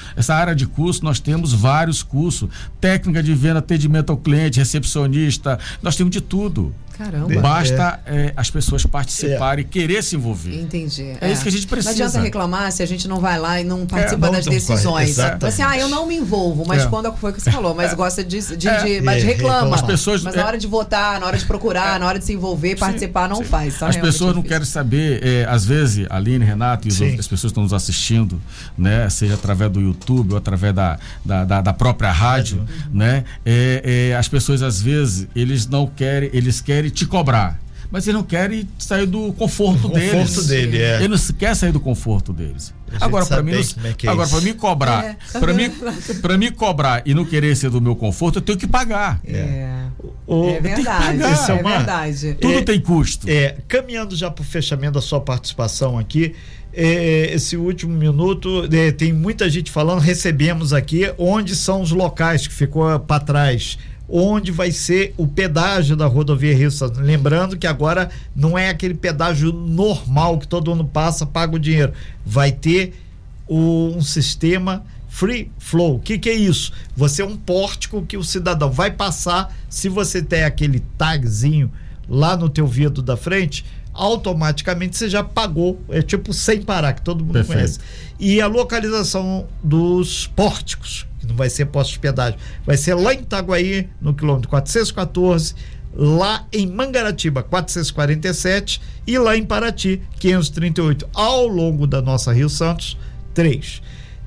Essa área de curso, nós temos vários cursos. Técnica de venda, atendimento ao cliente, recepcionista, nós temos de tudo. Caramba. Basta as pessoas participarem e querer se envolver. Entendi. É isso que a gente precisa. Não adianta reclamar se a gente não vai lá e não participa das decisões. Assim, eu não me envolvo, mas quando foi o que você falou, mas gosta mas reclama. As pessoas, mas na hora de votar, na hora de procurar, na hora de se envolver, participar, não faz. Então, as pessoas não querem saber, às vezes, Aline, Renato e as pessoas que estão nos assistindo, né, seja através do YouTube ou através da própria rádio, né, as pessoas, às vezes, eles querem te cobrar, mas eles não querem sair do conforto deles. Ele não quer sair do conforto deles. Agora, para mim cobrar, para mim cobrar e não querer ser do meu conforto, eu tenho que pagar. É verdade. É verdade. Tudo tem custo. Caminhando já para o fechamento da sua participação aqui, esse último minuto, tem muita gente falando, recebemos aqui onde são os locais que ficou para trás, onde vai ser o pedágio da rodovia Rio Santos. Lembrando que agora não é aquele pedágio normal que todo mundo passa, paga o dinheiro. Vai ter um sistema free flow. O que é isso? Você é um pórtico que o cidadão vai passar, se você tem aquele tagzinho lá no teu vidro da frente, automaticamente você já pagou, é tipo sem parar, que todo mundo conhece. E a localização dos pórticos, que não vai ser posto de pedágio, vai ser lá em Itaguaí, no quilômetro 414, lá em Mangaratiba, 447, e lá em Paraty, 538, ao longo da nossa Rio Santos, 3.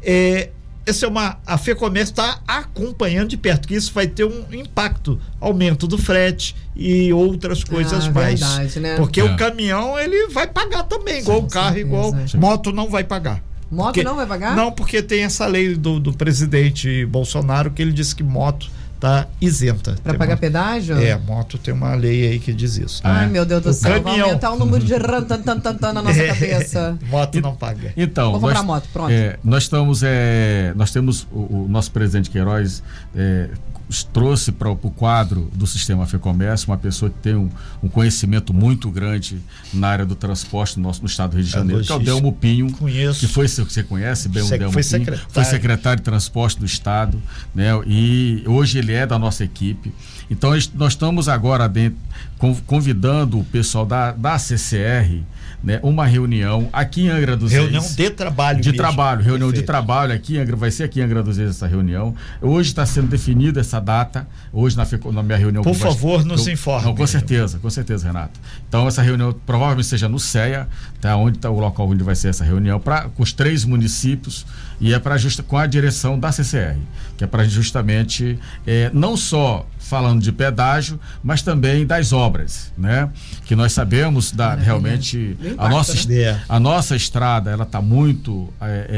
A FEComércio está acompanhando de perto, que isso vai ter um impacto, aumento do frete e outras coisas mais. Verdade, né? Porque o caminhão, ele vai pagar também, igual o carro, igual moto não vai pagar. Moto não vai pagar? Não, porque tem essa lei do presidente Bolsonaro que ele disse que moto tá isenta. Para pagar pedágio? Moto tem uma lei aí que diz isso. Ai, meu Deus do céu, vai aumentar o número de na nossa cabeça. Moto não paga. Então, vou comprar moto, pronto. Nós temos o nosso presidente Queiroz trouxe para o quadro do sistema FEComércio uma pessoa que tem um conhecimento muito grande na área do transporte no estado do Rio de Janeiro, que é o Delmo Pinho. Conheço. Que você conhece bem o Delmo Pinho. Foi secretário de transporte do estado, né? E hoje ele é da nossa equipe. Então nós estamos agora convidando o pessoal da CCR, né, uma reunião aqui em Angra dos Reis. Reunião de trabalho. Reunião de trabalho aqui em Angra, vai ser aqui em Angra dos Reis essa reunião. Hoje está sendo definida essa data, hoje na minha reunião. Por favor, nos informe. Não, com certeza, Renato. Então essa reunião provavelmente seja no CEA, tá, onde está o local onde vai ser essa reunião, com os 3 municípios, e com a direção da CCR, que é para justamente não só falando de pedágio, mas também das obras, né? Que nós sabemos realmente a nossa estrada, ela está muito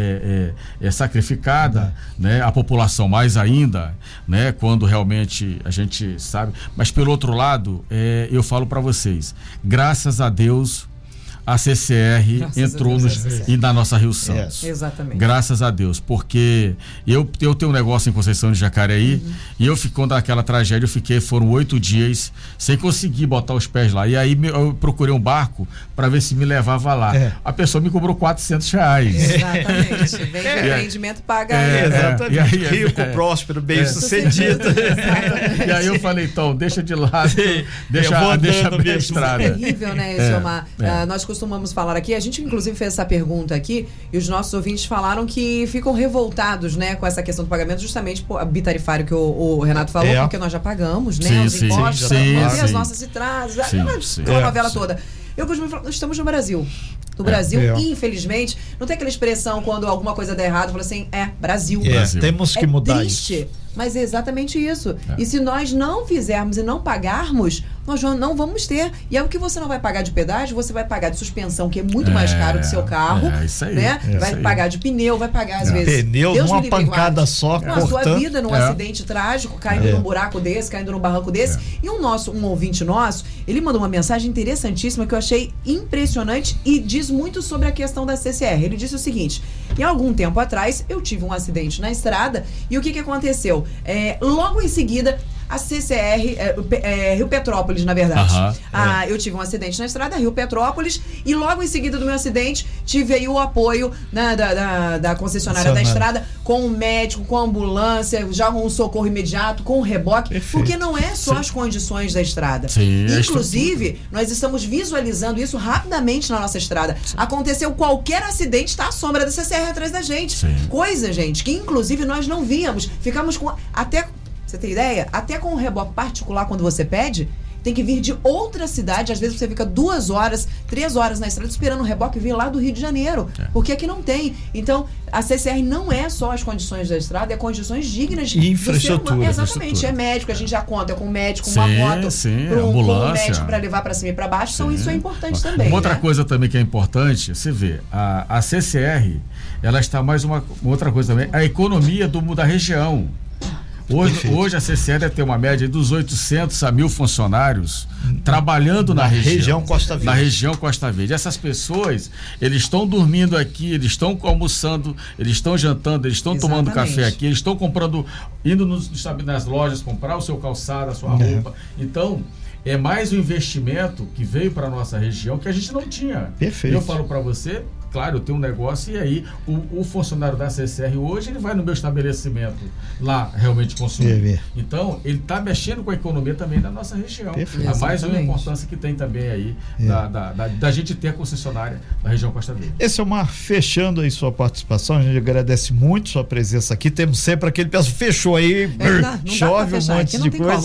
sacrificada, né? A população mais ainda, né? Quando realmente a gente sabe. Mas pelo outro lado, eu falo para vocês, graças a Deus, a CCR entrou na nossa Rio Santos. Exatamente. Graças a Deus, porque eu tenho um negócio em Conceição de Jacareí, e quando aquela tragédia, foram 8 dias sem conseguir botar os pés lá. E aí eu procurei um barco para ver se me levava lá. A pessoa me cobrou R$400. Exatamente. Vem de empreendimento, paga. Exatamente. Rico, próspero, bem sucedido. E aí eu falei, então, deixa de lado, deixa a minha estrada. É terrível, né, Esiomar? Nós costumamos falar aqui, a gente inclusive fez essa pergunta aqui, e os nossos ouvintes falaram que ficam revoltados, né, com essa questão do pagamento, justamente por bitarifário que o Renato falou, porque nós já pagamos, né, os impostos, as nossas entradas, aquela novela toda. Eu costumo falar, nós estamos no Brasil. No Brasil, infelizmente, não tem aquela expressão quando alguma coisa dá errado, fala assim, Brasil. Temos que mudar triste, isso. Mas é exatamente isso. E se nós não fizermos e não pagarmos, nós não vamos ter. E é o que você não vai pagar de pedágio, você vai pagar de suspensão, que é muito mais caro do seu carro. Isso aí, né? Vai pagar de pneu, vai pagar às vezes. Pneu, Deus numa pancada só, com a sua vida num acidente trágico, caindo num buraco desse, caindo num barranco desse. E um ouvinte nosso, ele mandou uma mensagem interessantíssima que eu achei impressionante e diz muito sobre a questão da CCR. Ele disse o seguinte: em algum tempo atrás, eu tive um acidente na estrada e o que aconteceu? Logo em seguida, a CCR, Rio Petrópolis, na verdade. Eu tive um acidente na estrada, Rio Petrópolis, e logo em seguida do meu acidente, tive aí o apoio, né, da concessionária da estrada, com o médico, com a ambulância, já com o socorro imediato, com o reboque, porque não é só as condições da estrada. Inclusive, nós estamos visualizando isso rapidamente na nossa estrada. Aconteceu qualquer acidente, está a sombra da CCR atrás da gente. Coisa, gente, que inclusive nós não víamos. Ficamos com... Até, você tem ideia? Até com o reboque particular, quando você pede, tem que vir de outra cidade. Às vezes você fica 2 horas, 3 horas na estrada esperando o reboque vir lá do Rio de Janeiro. Porque aqui não tem. Então, a CCR não é só as condições da estrada, é condições dignas de infraestrutura. Exatamente. É médico, a gente já conta com médico, uma moto, com um médico para levar para cima e para baixo. Então, isso é importante também. Uma outra coisa também que é importante, você vê, a CCR, ela está mais uma outra coisa também, a economia da região. Hoje a CCR deve ter uma média dos 800 a 1.000 funcionários trabalhando na região Costa Verde. Na região Costa Verde. Essas pessoas, eles estão dormindo aqui, eles estão almoçando, eles estão jantando, eles estão tomando café aqui, eles estão comprando, indo nas lojas comprar o seu calçado, a sua roupa. Então, é mais um investimento que veio para a nossa região que a gente não tinha. Perfeito. Eu falo para você, claro, eu tenho um negócio, e aí o funcionário da CCR hoje, ele vai no meu estabelecimento lá realmente consumir. Então, ele está mexendo com a economia também da nossa região. A mais uma importância que tem também aí da gente ter a concessionária da região Costa Verde. Selmar, fechando aí sua participação, a gente agradece muito sua presença aqui. Temos sempre aquele peço, fechou aí, chove um monte de coisa.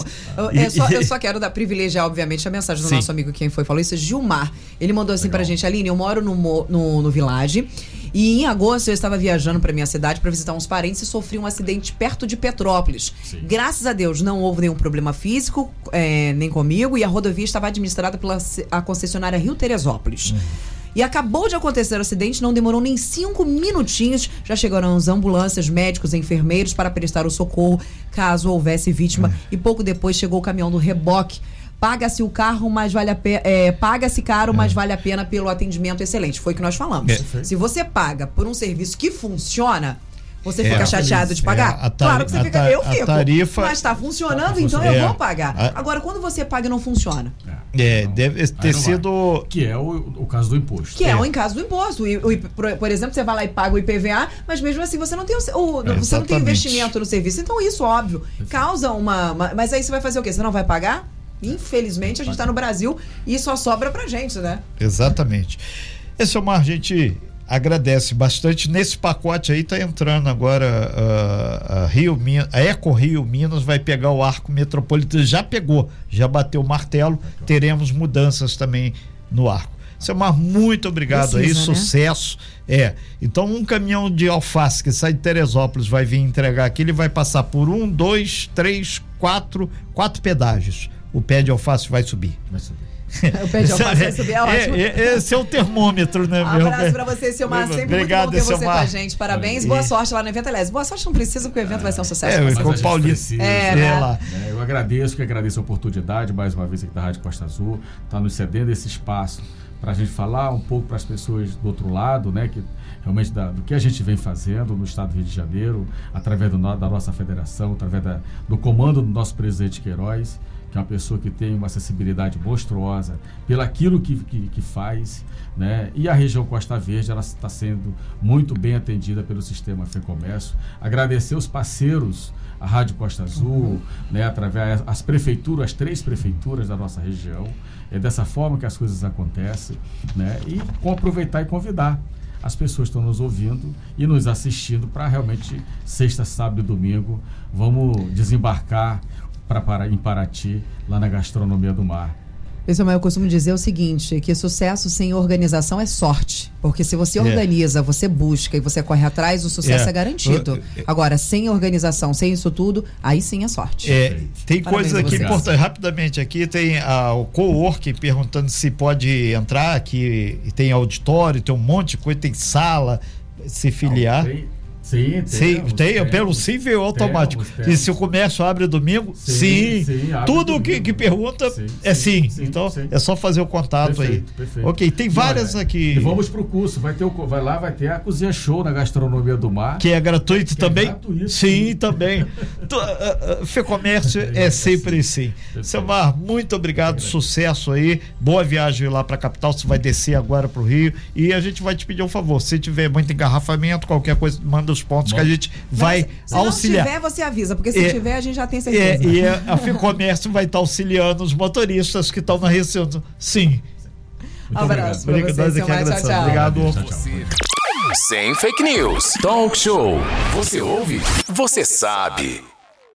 Eu só quero privilegiar, obviamente, a mensagem do nosso amigo, quem falou isso, Gilmar. Ele mandou assim pra gente: Aline, eu moro no Village, e em agosto eu estava viajando para minha cidade para visitar uns parentes e sofri um acidente perto de Petrópolis. Graças a Deus não houve nenhum problema físico, nem comigo, e a rodovia estava administrada pela a concessionária Rio Teresópolis. E acabou de acontecer o acidente, não demorou nem 5 minutinhos, já chegaram as ambulâncias, médicos, enfermeiros para prestar o socorro caso houvesse vítima, e pouco depois chegou o caminhão do reboque. Paga-se o carro, mas vale a pena. Paga-se caro, mas vale a pena pelo atendimento excelente. Foi o que nós falamos. Se você paga por um serviço que funciona, você fica chateado de pagar? Claro que você fica. Eu fico. Mas está funcionando, então eu vou pagar. Agora, quando você paga e não funciona. Deve ter sido. Que é o caso do imposto. Que é o caso do imposto. Por exemplo, você vai lá e paga o IPVA, mas mesmo assim você não tem você não tem investimento no serviço. Então, isso, óbvio, causa uma. Mas aí você vai fazer o quê? Você não vai pagar? Infelizmente, a gente está no Brasil e só sobra pra gente, né? Exatamente. Selmar, a gente agradece bastante. Nesse pacote aí tá entrando agora a Eco Rio Minas vai pegar o arco metropolitano, já bateu o martelo, teremos mudanças também no arco. Selmar, muito obrigado aí, sucesso. Então um caminhão de alface que sai de Teresópolis vai vir entregar aqui, ele vai passar por 1, 2, 3, 4 pedágios. O pé de alface vai subir. O pé de alface vai subir, é ótimo. Esse é o termômetro, né? Um abraço pra você, Selmar. Sempre obrigado, muito bom ter você com a gente. Parabéns, boa sorte lá no evento. Aliás, boa sorte não precisa, porque o evento vai ser um sucesso. Com o Paulista. Eu agradeço a oportunidade, mais uma vez aqui da Rádio Costa Azul, tá nos cedendo esse espaço para a gente falar um pouco para as pessoas do outro lado, né, que realmente do que a gente vem fazendo no estado do Rio de Janeiro, através da nossa federação, através do comando do nosso presidente Queiroz, que é uma pessoa que tem uma acessibilidade monstruosa pelo aquilo que faz, né? E a região Costa Verde, ela está sendo muito bem atendida pelo sistema FEComércio. Agradecer os parceiros, a Rádio Costa Azul, né? Através as prefeituras, as 3 prefeituras da nossa região. É dessa forma que as coisas acontecem, né? E aproveitar e convidar as pessoas que estão nos ouvindo e nos assistindo para realmente sexta, sábado e domingo vamos desembarcar em Paraty, lá na gastronomia do mar. Pessoal, eu costumo dizer o seguinte, que sucesso sem organização é sorte, porque se você organiza, você busca e você corre atrás, o sucesso é garantido. Agora, sem organização, sem isso tudo, aí sim é sorte. Tem coisa aqui importante, rapidamente aqui, tem o co-work perguntando se pode entrar aqui, tem auditório, tem um monte de coisa, tem sala, se filiar. Sim, tem. Pelo sim veio automático. Temos. E se o comércio abre domingo? Sim. Abre tudo domingo. Que pergunta é sim. Então é só fazer o contato aí. Perfeito. Ok, tem várias aqui. E vamos pro curso. Vai ter a Cozinha Show na Gastronomia do Mar. Que é gratuito também? Gratuito. Sim, também. Fecomércio é sempre sim. Selmar, muito obrigado, sucesso aí. Boa viagem lá pra capital. Você vai descer agora pro Rio. E a gente vai te pedir um favor. Se tiver muito engarrafamento, qualquer coisa, manda os pontos que a gente vai auxiliar. Se não tiver, você avisa, porque se tiver, a gente já tem certeza. E a Fecomércio vai estar auxiliando os motoristas que estão na região. Sim. Um abraço pra vocês, tchau. Obrigado. Sem fake news. Talk show. Você ouve? Você sabe.